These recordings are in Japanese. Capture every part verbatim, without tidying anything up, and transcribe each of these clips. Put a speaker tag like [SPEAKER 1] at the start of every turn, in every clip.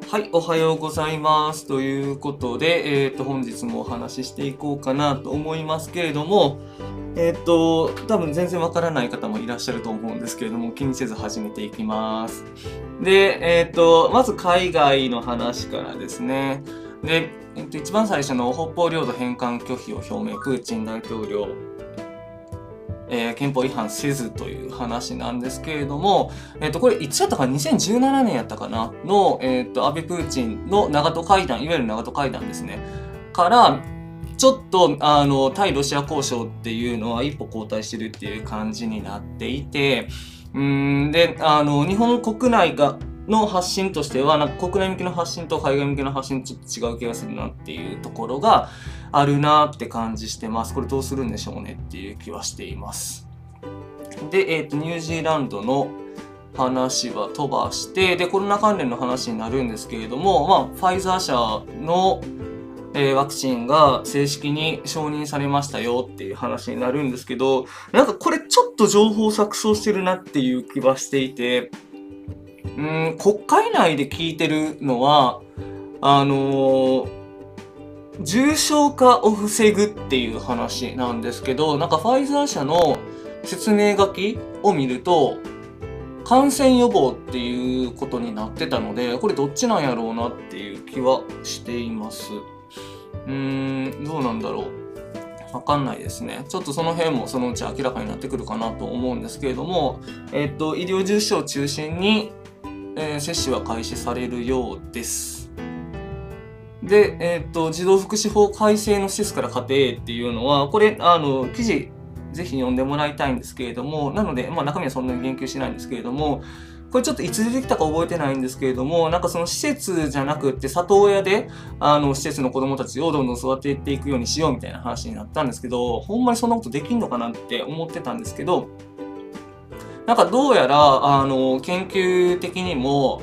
[SPEAKER 1] はい、おはようございます。ということで、えっと、本日もお話ししていこうかなと思いますけれども、えっと、多分全然わからない方もいらっしゃると思うんですけれども、気にせず始めていきます。で、えっと、まず海外の話からですね。で、えっと、一番最初の北方領土返還拒否を表明、プーチン大統領、えー、憲法違反せずという話なんですけれども、えっと、これいつやったかな ?にせんじゅうなな 年やったかなの、えっと、安倍プーチンの長門会談、いわゆる長門会談ですね。から、ちょっと、あの、対ロシア交渉っていうのは一歩後退してるっていう感じになっていて、うーん、で、あの、日本国内が、の発信としては、なんか国内向けの発信と海外向けの発信ちょっと違う気がするなっていうところがあるなって感じしてます。これどうするんでしょうねっていう気はしています。で、えっと、ニュージーランドの話は飛ばして、で、コロナ関連の話になるんですけれども、まあ、ファイザー社の、えー、ワクチンが正式に承認されましたよっていう話になるんですけど、なんかこれちょっと情報錯綜してるなっていう気はしていて、うーん、国会内で聞いてるのは、あのー、重症化を防ぐっていう話なんですけど、なんかファイザー社の説明書きを見ると、感染予防っていうことになってたので、これどっちなんやろうなっていう気はしています。うーん、どうなんだろう。わかんないですね。ちょっとその辺もそのうち明らかになってくるかなと思うんですけれども、えっと、医療従事者を中心に、えー、接種は開始されるようです。で、えっと、児童福祉法改正の施設から家庭っていうのは、これ、あの、記事、ぜひ読んでもらいたいんですけれども、なので、まあ中身はそんなに言及しないんですけれども、これちょっといつ出てきたか覚えてないんですけれども、なんかその施設じゃなくって里親で、あの、施設の子供たちをどんどん育てていくようにしようみたいな話になったんですけど、ほんまにそんなことできんのかなって思ってたんですけど、なんかどうやら、あの、研究的にも、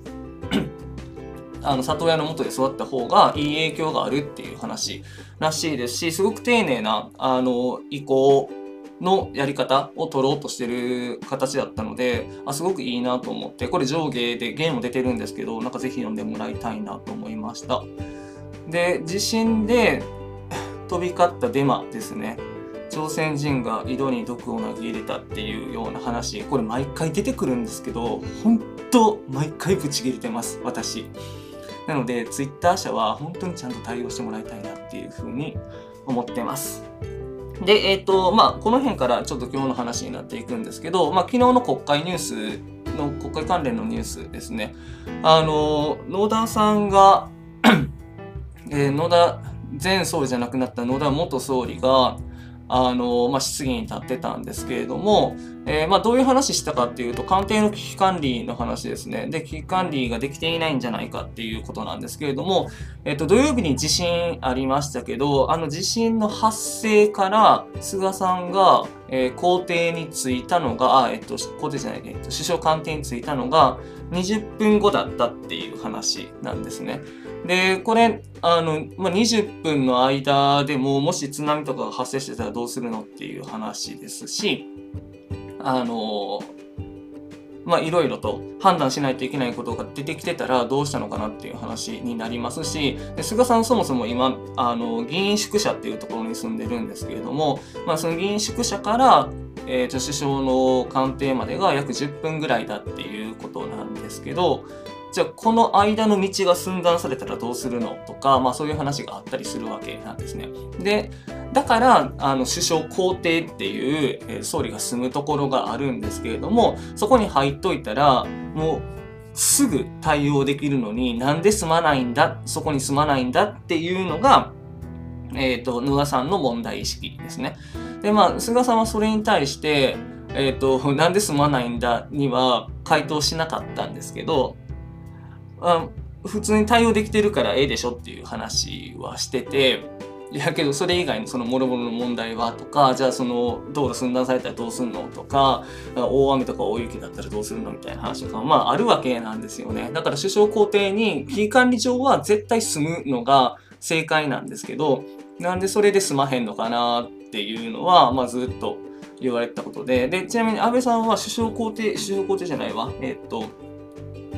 [SPEAKER 1] あの、里親の元で育った方がいい影響があるっていう話らしいですし、すごく丁寧な、あの、移行のやり方を取ろうとしてる形だったので、あ、すごくいいなと思って、これ上下でゲームも出てるんですけど、なんかぜひ読んでもらいたいなと思いました。で、地震で飛び交ったデマですね。朝鮮人が井戸に毒を投げ入れたっていうような話、これ毎回出てくるんですけど、本当毎回ブチ切れてます、私。なので、ツイッター社は本当にちゃんと対応してもらいたいなっていうふうに思ってます。で、えっと、まあ、この辺からちょっと今日の話になっていくんですけど、まあ、昨日の国会ニュースの、国会関連のニュースですね。あの、野田さんが、えー、野田前総理じゃなくなった野田元総理が、あの、まあ、質疑に立ってたんですけれども、えー、まあ、どういう話したかっていうと、官邸の危機管理の話ですね。で、危機管理ができていないんじゃないかっていうことなんですけれども、えっと、土曜日に地震ありましたけど、あの地震の発生から菅さんが、えー、公邸に着いたのが、あ、えっと、公邸じゃない、えっと、首相官邸に着いたのがにじゅっぷんごだったっていう話なんですね。で、これ、あの、まあ、にじゅっぷんの間でも、もし津波とかが発生してたらどうするのっていう話ですし、あの、まあ、いろいろと判断しないといけないことが出てきてたらどうしたのかなっていう話になりますし、で菅さんそもそも今、あの、議員宿舎っていうところに住んでるんですけれども、まあ、その議員宿舎から、えー、首相の官邸までが約じゅっぷんぐらいだっていうことなんですけど、じゃあこの間の道が寸断されたらどうするのとか、まあそういう話があったりするわけなんですね。で、だから、あの、首相公邸っていう、えー、総理が住むところがあるんですけれども、そこに入っといたら、もう、すぐ対応できるのに、なんで住まないんだ、そこに住まないんだっていうのが、えっと、野田さんの問題意識ですね。で、まあ、菅さんはそれに対して、えっと、なんで住まないんだには回答しなかったんですけど、あ、普通に対応できてるからええでしょっていう話はしてて、いやけどそれ以外のその諸々の問題はとか、じゃあその道路寸断されたらどうすんのとか、大雨とか大雪だったらどうするのみたいな話とか、まああるわけなんですよね。だから首相公邸に危機管理上は絶対住むのが正解なんですけど、なんでそれで済まへんのかなっていうのは、まあずっと言われてたことで、で、ちなみに安倍さんは首相公邸、首相公邸じゃないわ、えっと、議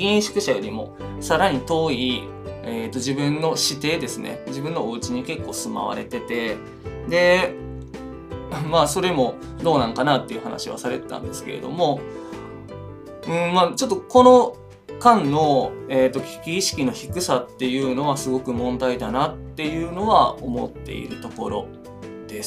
[SPEAKER 1] 議員宿舎よりもさらに遠い、えーと、自分の私邸ですね。自分のお家に結構住まわれてて、で、まあそれもどうなんかなっていう話はされてたんですけれども、うん、まあちょっとこの間の、えーと、危機意識の低さっていうのはすごく問題だなっていうのは思っているところです。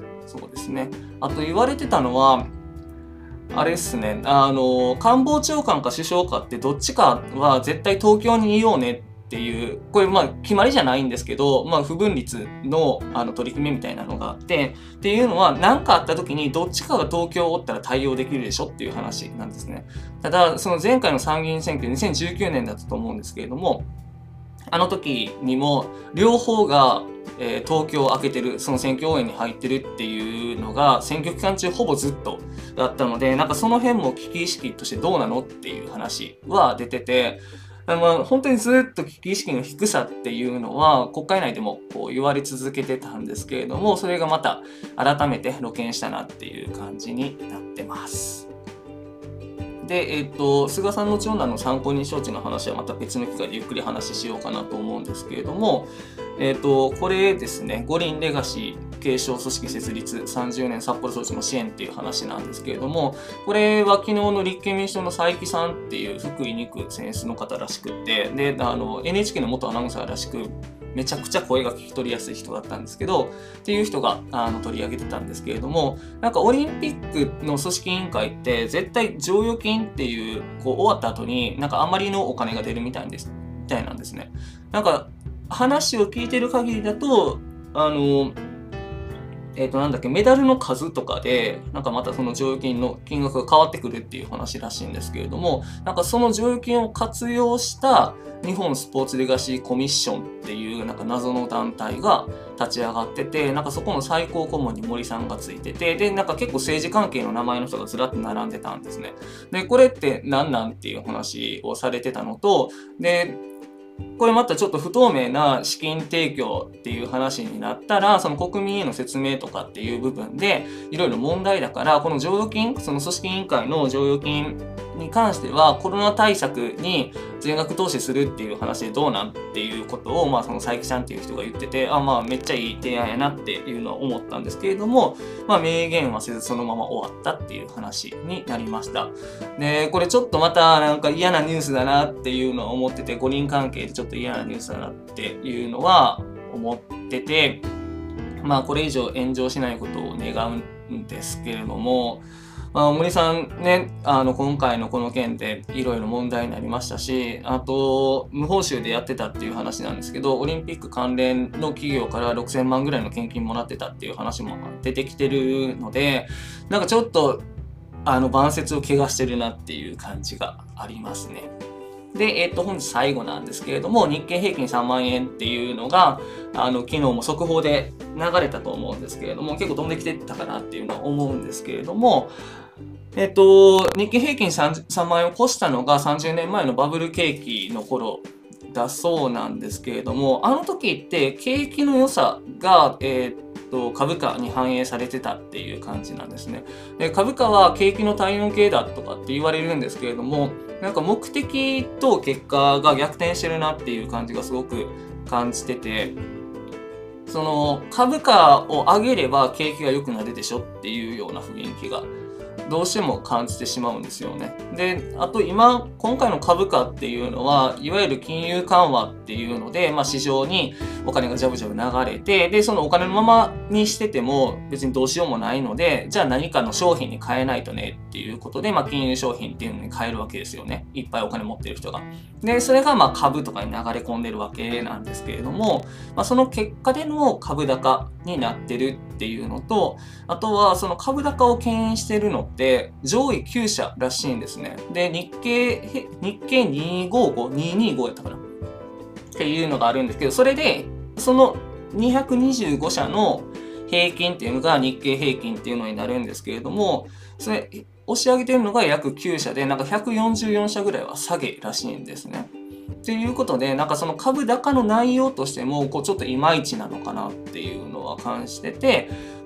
[SPEAKER 1] そうですね。あと言われてたのは、あれですね、あの、官房長官か首相かってどっちかは絶対東京にいようねっていう、これまあ決まりじゃないんですけど、まあ不分立のあの取り決めみたいなのがあって、っていうのは何かあった時にどっちかが東京おったら対応できるでしょっていう話なんですね。ただ、その前回の参議院選挙にせんじゅうきゅうねんだったと思うんですけれども、あの時にも両方が、えー、東京を開けてる、その選挙応援に入ってるっていうのが選挙期間中ほぼずっとだったので、なんかその辺も危機意識としてどうなのっていう話は出てて、まあ、本当にずっと危機意識の低さっていうのは国会内でもこう言われ続けてたんですけれども、それがまた改めて露見したなっていう感じになってます。で、えっと、菅さんの長男の参考人招致の話はまた別の機会でゆっくり話しようかなと思うんですけれども、えっと、これですね、五輪レガシー継承組織設立さんじゅうねん札幌招致の支援っていう話なんですけれども、これは昨日の立憲民主党の佐伯さんっていう福井に区選出の方らしくって、で、あの、エヌエイチケー の元アナウンサーらしく、めちゃくちゃ声が聞き取りやすい人だったんですけど、っていう人があの取り上げてたんですけれども、なんかオリンピックの組織委員会って絶対剰余金っていう、こう終わった後になんかあまりのお金が出るみたいです、みたいなんですね。なんか話を聞いてる限りだと、あの、えっと、なんだっけ、メダルの数とかで、なんかまたその剰余金の金額が変わってくるっていう話らしいんですけれども、なんかその剰余金を活用した日本スポーツレガシーコミッションっていうなんか謎の団体が立ち上がってて、なんかそこの最高顧問に森さんがついてて、で、なんか結構政治関係の名前の人がずらっと並んでたんですね。で、これって何なんっていう話をされてたのと、で、これまたちょっと不透明な資金提供っていう話になったら、その国民への説明とかっていう部分でいろいろ問題だから、この剰余金、その組織委員会の剰余金に関してはコロナ対策に全額投資するっていう話でどうなんっていうことを、まあその佐伯さんっていう人が言ってて、あ、まあめっちゃいい提案やなっていうのは思ったんですけれども、まあ明言はせずそのまま終わったっていう話になりました。で、これちょっとまたなんか嫌なニュースだなっていうのを思ってて、五輪関係でちょっと嫌なニュースだなっていうのは思ってて、まあこれ以上炎上しないことを願うんですけれども、まあ、森さんね、あの、今回のこの件でいろいろ問題になりましたし、あと、無報酬でやってたっていう話なんですけど、オリンピック関連の企業からろくせんまんぐらいの献金もらってたっていう話も出てきてるので、なんかちょっと、あの、晩節を怪我してるなっていう感じがありますね。で、えっと、本日最後なんですけれども、日経平均さんまんえんっていうのが、あの、昨日も速報で流れたと思うんですけれども、結構飛んできてたかなっていうのは思うんですけれども、えっと、日経平均 さんまんえんを越したのがさんじゅうねんまえのバブル景気の頃だそうなんですけれども、あの時って景気の良さが、えー、っと株価に反映されてたっていう感じなんですね。で、株価は景気の体温計だとかって言われるんですけれども、なんか目的と結果が逆転してるなっていう感じがすごく感じてて、その株価を上げれば景気が良くなるでしょっていうような雰囲気がどうしても感じてしまうんですよね。で、あと今、今回の株価っていうのは、いわゆる金融緩和っていうので、まあ市場にお金がジャブジャブ流れて、で、そのお金のままにしてても別にどうしようもないので、じゃあ何かの商品に変えないとねっていうことで、まあ金融商品っていうのに変えるわけですよね。いっぱいお金持ってる人が。で、それがまあ株とかに流れ込んでるわけなんですけれども、まあその結果での株高になってるっていうのと、あとはその株高を牽引してるのって上位きゅう社らしいんですね。で、日経、日経にひゃくごじゅうご、にひゃくにじゅうごやったかなっていうのがあるんですけど、それで、そのにひゃくにじゅうご社の平均っていうのが日経平均っていうのになるんですけれども、それ、押し上げてるのが約きゅう社で、なんかひゃくよんじゅうよん社ぐらいは下げらしいんですね。ということで、なんかその株高の内容としても、こうちょっといまいちなのかなっていうのは感じてて、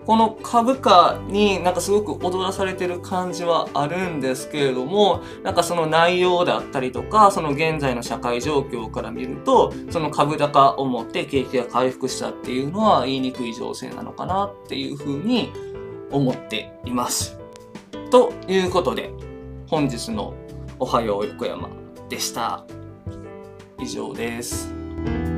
[SPEAKER 1] この株価になんかすごく踊らされてる感じはあるんですけれども、なんかその内容だったりとか、その現在の社会状況から見ると、その株高をもって景気が回復したっていうのは言いにくい情勢なのかなっていうふうに思っています。ということで、本日のおはよう横山でした。以上です。